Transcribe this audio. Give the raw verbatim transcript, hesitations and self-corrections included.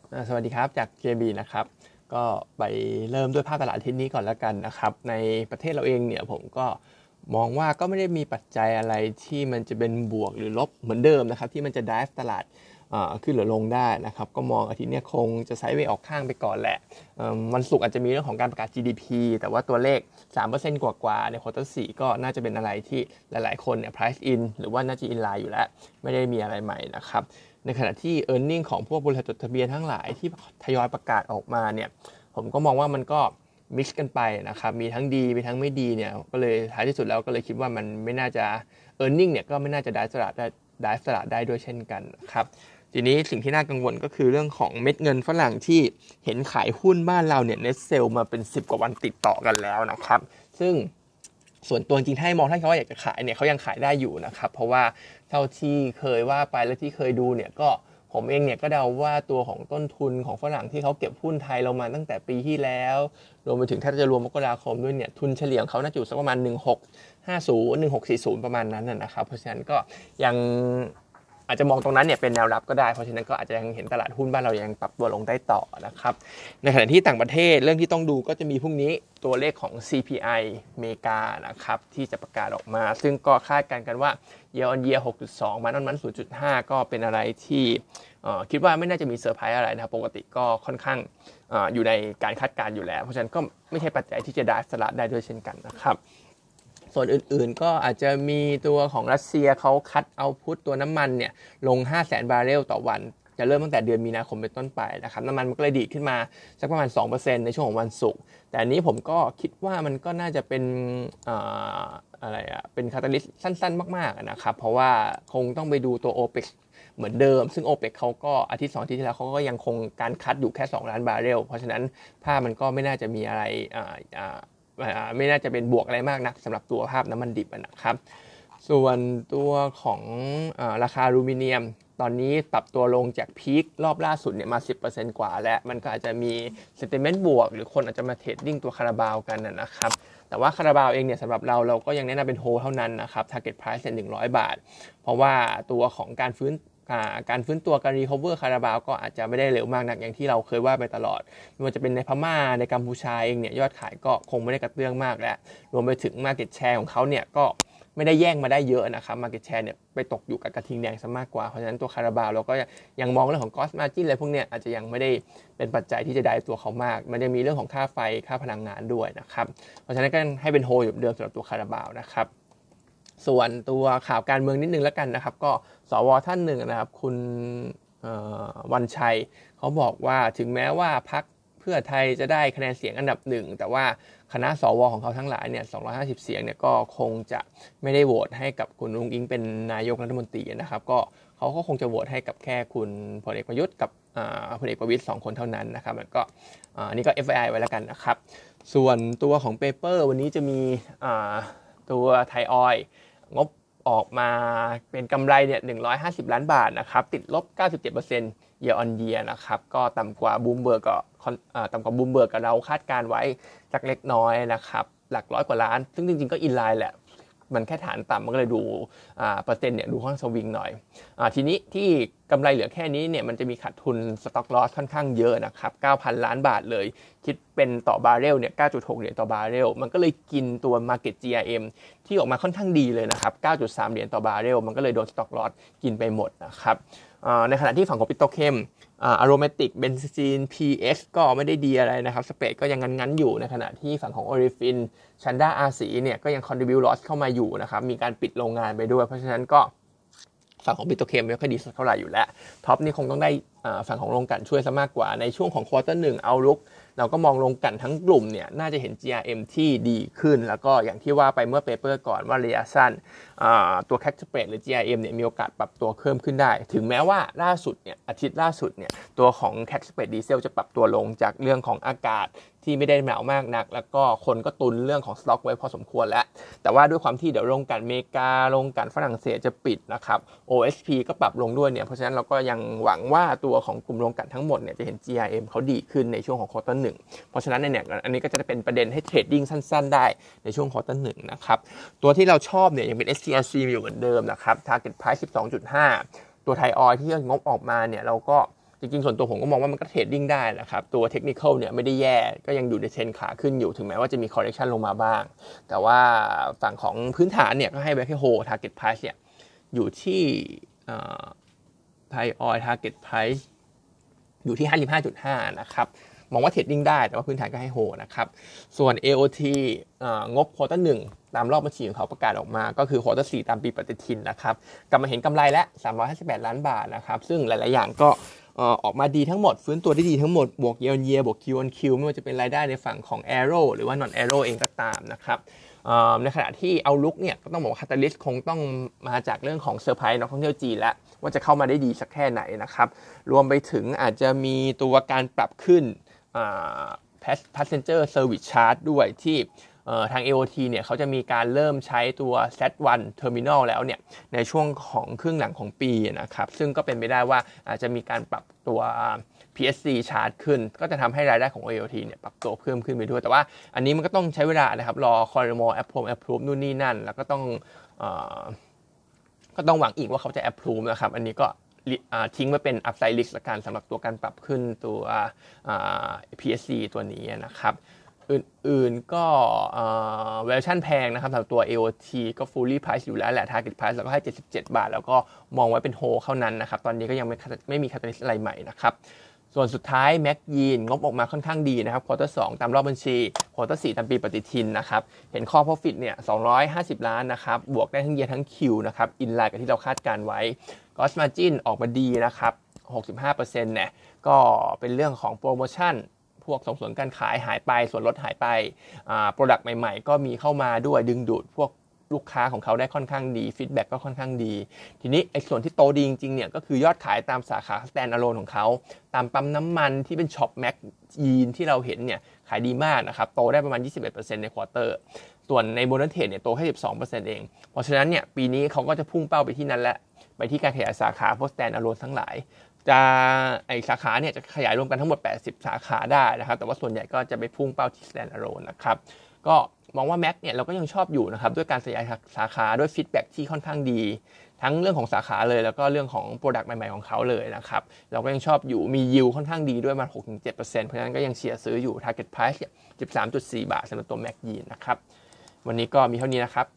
สวัสดีครับจาก เค บี นะครับก็ไปเริ่มด้วยภาพตลาดอาทิตย์นี้ก่อนแล้วกันนะครับในประเทศเราเองเนี่ยผมก็มองว่าก็ไม่ได้มีปัจจัยอะไรที่มันจะเป็นบวกหรือลบเหมือนเดิมนะครับที่มันจะ drive ตลาดขึ้นหรือลงได้นะครับก็มองอาทิตย์นี้คงจะไซด์เวย์ออกข้างไปก่อนแหละวันศุกร์อาจจะมีเรื่องของการประกาศ จี ดี พี แต่ว่าตัวเลข สามเปอร์เซ็นต์ กว่าๆในควอเตอร์สี่ก็น่าจะเป็นอะไรที่หลายๆคนเนี่ย price in หรือว่าน่าจะ in line อยู่แล้วไม่ได้มีอะไรใหม่นะครับในขณะที่ earning ของพวกบริษัทจดทะเบียนทั้งหลายที่ทยอยประกาศออกมาเนี่ยผมก็มองว่ามันก็มิกซ์กันไปนะครับมีทั้งดีมีทั้งไม่ดีเนี่ยก็เลยท้ายที่สุดแล้วก็เลยคิดว่ามันไม่น่าจะ earning เนี่ยก็ไม่น่าจะได้ตลาดได้ได้ตลาดได้ด้วยเช่นกันครับทีนี้สิ่งที่น่ากังวลก็คือเรื่องของเม็ดเงินฝรั่งที่เห็นขายหุ้นบ้านเราเนี่ยเน็ตเซลมาเป็นสิบกว่าวันติดต่อกันแล้วนะครับซึ่งส่วนตัวจริงๆถ้ามองถ้าเขาอยากจะขายเนี่ยเขายังขายได้อยู่นะครับเพราะว่าเท่าที่เคยว่าไปและที่เคยดูเนี่ยก็ผมเองเนี่ยก็เดาว่าตัวของต้นทุนของฝรั่งที่เขาเก็บหุ้นไทยเรามาตั้งแต่ปีที่แล้วรวมไปถึงถ้าจะรวมมกราคมด้วยเนี่ยทุนเฉลี่ยของเขาน่าจะอยู่สักประมาณหนึ่งพันหกร้อยห้าสิบ หนึ่งพันหกร้อยสี่สิบประมาณนั้นนะครับเพราะฉะนั้นก็ยังอาจจะมองตรงนั้นเนี่ยเป็นแนวรับก็ได้เพราะฉะนั้นก็อาจจะยังเห็นตลาดหุ้นบ้านเรายังปรับตัวลงได้ต่อนะครับในขณะที่ต่างประเทศเรื่องที่ต้องดูก็จะมีพรุ่งนี้ตัวเลขของ ซี พี ไอ อเมริกานะครับที่จะประกาศออกมาซึ่งก็คาดการณ์กันว่า year on year หกจุดสอง มันออนมัน ศูนย์จุดห้า ก็เป็นอะไรที่คิดว่าไม่น่าจะมีเซอร์ไพรส์อะไรนะครับปกติก็ค่อนข้างอยู่ในการคาดการณ์อยู่แล้วเพราะฉะนั้นก็ไม่ใช่ปัจจัยที่จะได้สลัดได้ด้วยเช่นกันนะครับส่วนอื่นๆก็อาจจะมีตัวของรัสเซียเขาคัดเอาพุตตัวน้ำมันเนี่ยลง ห้าแสน บาร์เรลต่อวันจะเริ่มตั้งแต่เดือนมีนาคมเป็นต้นไปนะครับน้ำมันมันก็เลยดีขึ้นมาสักประมาณ สองเปอร์เซ็นต์ ในช่วงของวันศุกร์แต่อันนี้ผมก็คิดว่ามันก็น่าจะเป็นอ่าอะไรอ่ะเป็นคาตาลิสต์สั้นๆมากๆนะครับเพราะว่าคงต้องไปดูตัว โอเปก เหมือนเดิมซึ่ง โอเปก เขาก็อาทิตย์สองอาทิตย์ที่แล้วเขาก็ยังคงการคัดอยู่แค่สองล้านบาร์เรลเพราะฉะนั้นภาพมันก็ไม่น่าจะมีอะไรอ่าอ่าไม่น่าจะเป็นบวกอะไรมากนักสำหรับตัวภาพน้ำมันดิบนะครับส่วนตัวของอ่าราคาอลูมิเนียมตอนนี้ปรับตัวลงจากพีครอบล่าสุดเนี่ยมา สิบเปอร์เซ็นต์ กว่าแล้วมันก็อาจจะมีเซนติเมนต์บวกหรือคนอาจจะมาเทรดดิ้งตัวคาราบาวกันนะครับแต่ว่าคาราบาวเองเนี่ยสำหรับเราเราก็ยังแนะนำเป็นโฮเท่านั้นนะครับ target price หนึ่งร้อยบาทเพราะว่าตัวของการฟื้นการฟื้นตัวการรีคอเวอร์คาราบาวก็อาจจะไม่ได้เร็วมากนักอย่างที่เราเคยว่าไปตลอดไม่ว่าจะเป็นในพม่าในกัมพูชาเองเนี่ยยอดขายก็คงไม่ได้กระเตื้องมากแล้วรวมไปถึง market share ของเขาเนี่ยก็ไม่ได้แย่งมาได้เยอะนะครับ market share เนี่ยไปตกอยู่กับกระทิงแดงซะมากกว่าเพราะฉะนั้นตัวคาราบาวเราก็ยังมองเรื่องของ cost margin อะไรพวกเนี้ยอาจจะยังไม่ได้เป็นปัจจัยที่จะได้ตัวเขามากมันจะมีเรื่องของค่าไฟค่าพลังงานด้วยนะครับเพราะฉะนั้นก็ให้เป็นโฮอยู่เดิมสำหรับตัวคาราบาวนะครับส่วนตัวข่าวการเมืองนิดนึงแล้วกันนะครับก็สวท่านหนึ่งนะครับคุณวันชัยเขาบอกว่าถึงแม้ว่าพรรคเพื่อไทยจะได้คะแนนเสียงอันดับหนึ่งแต่ว่าคณะสวของเขาทั้งหลายเนี่ยสองร้อยห้าสิบเสียงเนี่ยก็คงจะไม่ได้โหวตให้กับคุณอุ้งอิงเป็นนายกรัฐมนตรีนะครับก็เขาก็คงจะโหวตให้กับแค่คุณพลเอกประยุทธ์กับพลเอกประวิตรสองคนเท่านั้นนะครับมันก็อันนี้ก็ เอฟ ไอ ไอ ไว้แล้วกันนะครับส่วนตัวของเปเปอร์วันนี้จะมีตัวไทยออยล์งบออกมาเป็นกำไรเนี่ยหนึ่งร้อยห้าสิบล้านบาทนะครับติดลบ เก้าสิบเจ็ดเปอร์เซ็นต์ year on year นะครับก็ต่ำกว่าบูมเบิร์กก็ต่ำกว่าบูมเบิร์กกับเราคาดการไว้สักเล็กน้อยนะครับหลักร้อยกว่าล้านซึ่งจริงๆก็อินไลน์แหละมันแค่ฐานต่ำมันก็เลยดูเปอร์เซ็นต์เนี่ยดูค่อนข้างสวิงหน่อยทีนี้ที่กำไรเหลือแค่นี้เนี่ยมันจะมีขาดทุนสต็อกลอสค่อนข้างเยอะนะครับ เก้าพัน ล้านบาทเลยคิดเป็นต่อบาร์เรลเนี่ย เก้าจุดหก เหรียญต่อบาร์เรลมันก็เลยกินตัว Market จี อาร์ เอ็ม ที่ออกมาค่อนข้างดีเลยนะครับ เก้าจุดสาม เหรียญต่อบาร์เรลมันก็เลยโดนสต็อกลอสกินไปหมดนะครับในขณะที่ฝั่งของปิโตรเคมอะโรมาติกเบนซีน พี เอส ก็ไม่ได้ดีอะไรนะครับสเปรดก็ยังงั้นๆอยู่ในขณะที่ฝั่งของโอริฟินชันด้าอาซีเนี่ยก็ยัง contribute loss เข้ามาอยู่นะครับมีการปิดโรงงานไปด้วยเพราะฉะนั้นก็ฝั่งของปิโตรเคมไม่ค่อยดีสักเท่าไหร่อยู่แล้วท็อปนี่คงต้องได้ฝั่งของโรงกลั่นช่วยซะมากกว่าในช่วงของควอเตอร์หนึ่งเอาลุกเราก็มองโรงกลั่นทั้งกลุ่มเนี่ยน่าจะเห็น จี อาร์ เอ็ม ที่ดีขึ้นแล้วก็อย่างที่ว่าไปเมื่อเปเปอร์ก่อนว่าระยะสั้นตัว Crack Spread หรือ จี อาร์ เอ็ม เนี่ยมีโอกาสปรับตัวเพิ่มขึ้นได้ถึงแม้ว่าล่าสุดเนี่ยอาทิตย์ล่าสุดเนี่ยตัวของ Crack Spread Diesel จะปรับตัวลงจากเรื่องของอากาศที่ไม่ได้หนาวมากนักแล้วก็คนก็ตุนเรื่องของสต็อกไว้พอสมควรแล้วแต่ว่าด้วยความที่เดี๋ยวโรงกลั่นอเมริกาโรงกลั่นฝรั่งเศสจะปิดนะครับ โอ เอส พี ก็ปรับลงด้วยเนี่ยเพราะฉะนั้นเราก็ยังหวังว่าตัวของกลุ่มโรงกลั่นทั้งหมดเนี่ยจะเห็น จี อาร์ เอ็ม เขาดีขึ้นในช่วงของควอเตอร์หนึ่งเพราะฉะนั้นเนี่ยอันนี้ก็จะเป็นประเด็นให้เทรดดิ้งสั้นๆได้ในช่วงควอเตอร์หนึ่งนะครับตัวที่เราชอบเนี่ยยังเป็น เอส ที แอล ซี อยู่เหมือนเดิมนะครับ target price สิบสองจุดห้า ตัวไทยออยล์ที่งบออกมาเนี่ยเราก็จริงๆส่วนตัวผมก็มองว่ามันก็เทรดดิ้งได้นะครับตัวเทคนิคอลเนี่ยไม่ได้แย่ก็ยังอยู่ในเทรนขาขึ้นอยู่ถึงแม้ว่าจะมี correction ลงมาบ้างแต่ว่าฝั่งของพื้นฐานเนี่ยก็ให้ไว้แค่ hold target price เนี่ยอยู่ที่เอ่อ Price Oil target price อยู่ที่ ห้าสิบห้าจุดห้า นะครับมองว่าเทรดดิ้งได้แต่ว่าพื้นฐานก็ให้โฮนะครับส่วน เอ โอ ที งบควอเตอร์หนึ่งตามรอบบัญชีของเขาประกาศออกมาก็คือควอเตอร์สี่ตามปีปฏิทินนะครับกลับมาเห็นกำไรและสามร้อยห้าสิบแปดล้านบาทนะครับซึ่งหลายๆอย่างก็ออกมาดีทั้งหมดฟื้นตัวได้ดีทั้งหมดบวก year on year บวก Q on Q ไม่ว่าจะเป็นรายได้ในฝั่งของ Aero หรือว่า non Aero เองก็ตามนะครับในขณะที่ Outlook เนี่ยก็ต้องบอกว่า Catalyst คงต้องมาจากเรื่องของเซอร์ไพรส์นักท่องเที่ยวจีนแล้วว่าจะเข้ามาได้ดีสักแค่ไหนนะครับรวมไปถึงอาจจะมีตัวการปรับขึ้นpassenger service charge ด้วยที่ทาง เอ โอ ที เนี่ยเขาจะมีการเริ่มใช้ตัว แซด วัน Terminal แล้วเนี่ยในช่วงของครึ่งหลังของปีนะครับซึ่งก็เป็นไปได้ว่าอาจจะมีการปรับตัว พี เอส ซี charge ขึ้นก็จะทำให้รายได้ของ เอ โอ ที เนี่ยปรับตัวเพิ่มขึ้นไปด้วยแต่ว่าอันนี้มันก็ต้องใช้เวลานะครับรอ Coromo approve approve นู่นนี่นั่นแล้วก็ต้องเอ่อก็ต้องหวังอีกว่าเขาจะ approve นะครับอันนี้ก็ทิ้งไว้เป็น upside risk ละกันสำหรับตัวการปรับขึ้นตัว พี เอส ซี ตัวนี้นะครับอื่นๆก็ valuation แพงนะครับสำหรับตัว เอ โอ ที ก็ fully price อยู่แล้วแหละ target price แล้วก็ให้เจ็ดสิบเจ็ดบาทแล้วก็มองไว้เป็น hold เท่านั้นนะครับตอนนี้ก็ยังไม่ไม่มี catalyst อะไรใหม่นะครับส่วนสุดท้าย Mac Yean งบออกมาค่อนข้างดีนะครับ quarter สองตามรอบบัญชี quarter สี่ตามปีปฏิทินนะครับเห็น core profit เนี่ยสองร้อยห้าสิบล้านนะครับบวกได้ทั้ง year ทั้ง Q นะครับ in line กับที่เราคาดการไว้ gross margin ออกมาดีนะครับ หกสิบห้าเปอร์เซ็นต์ เนี่ยก็เป็นเรื่องของโปรโมชั่นพวกส่งเสริมการขายหายไปส่วนลดหายไปอ่า product ใหม่ๆก็มีเข้ามาด้วยดึงดูดพวกลูกค้าของเขาได้ค่อนข้างดีฟีดแบ็กก็ค่อนข้างดีทีนี้ไอ้ส่วนที่โตดีจริงๆเนี่ยก็คือยอดขายตามสาขา stand alone ของเขาตามปั๊มน้ำมันที่เป็นช็อป Mac Yean ที่เราเห็นเนี่ยขายดีมากนะครับโตได้ประมาณ ยี่สิบเอ็ดเปอร์เซ็นต์ ในควอเตอร์ส่วนในโบนัสเทรดเนี่ยโตแค่ สิบสองเปอร์เซ็นต์ เองเพราะฉะนั้นเนี่ยปีนี้เขาก็จะพุ่งเป้าไปที่นั้นแหละไปที่การขยายสาขาพวก stand alone ทั้งหลายจะไอสาขาเนี่ยจะขยายรวมกันทั้งหมดแปดสิบสาขาได้นะครับแต่ว่าส่วนใหญ่ก็จะไปพุ่งเป้าที่ stand alone นะครับก็มองว่า Mac เนี่ยเราก็ยังชอบอยู่นะครับด้วยการขยายสาขาด้วยฟีดแบ็กที่ค่อนข้างดีทั้งเรื่องของสาขาเลยแล้วก็เรื่องของ product ใหม่ๆของเขาเลยนะครับเราก็ยังชอบอยู่มี yield ค่อนข้างดีด้วยมา หกถึงเจ็ดเปอร์เซ็นต์ เพราะฉะนั้นก็ยังเชียร์ซื้ออยู่ target price สิบสามจุดสี่ บาทสำหรับตัว Mac Yean นะครับวันนี้ก็มีเท่านี้นะครับ